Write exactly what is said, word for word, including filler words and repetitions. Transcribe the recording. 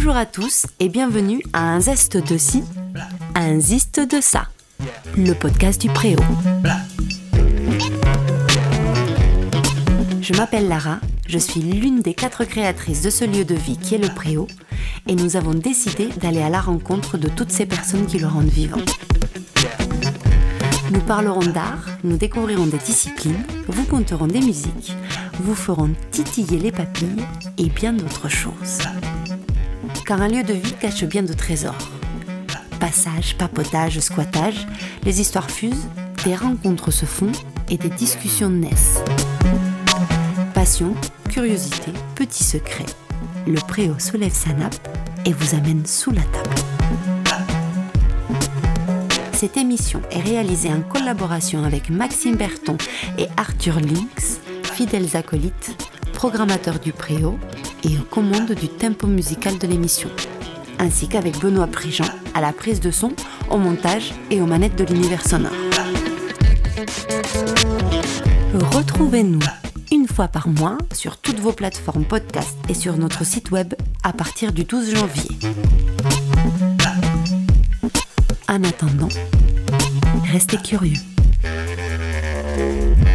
Bonjour à tous et bienvenue à un zeste de ci, un ziste de ça, le podcast du Préau. Je m'appelle Lara, je suis l'une des quatre créatrices de ce lieu de vie qui est le Préau et nous avons décidé d'aller à la rencontre de toutes ces personnes qui le rendent vivant. Nous parlerons d'art, nous découvrirons des disciplines, vous conterons des musiques, vous ferons titiller les papilles et bien d'autres choses. Car un lieu de vie cache bien de trésors. Passage, papotage, squattage, les histoires fusent, des rencontres se font et des discussions naissent. Passion, curiosité, petits secrets, le Préau soulève sa nappe et vous amène sous la table. Cette émission est réalisée en collaboration avec Maxime Berton et Arthur Lynx, fidèles acolytes, programmateurs du Préau et aux commandes du tempo musical de l'émission, ainsi qu'avec Benoît Prigent à la prise de son, au montage et aux manettes de l'univers sonore. Retrouvez-nous une fois par mois sur toutes vos plateformes podcast et sur notre site web à partir du douze janvier. En attendant, restez curieux.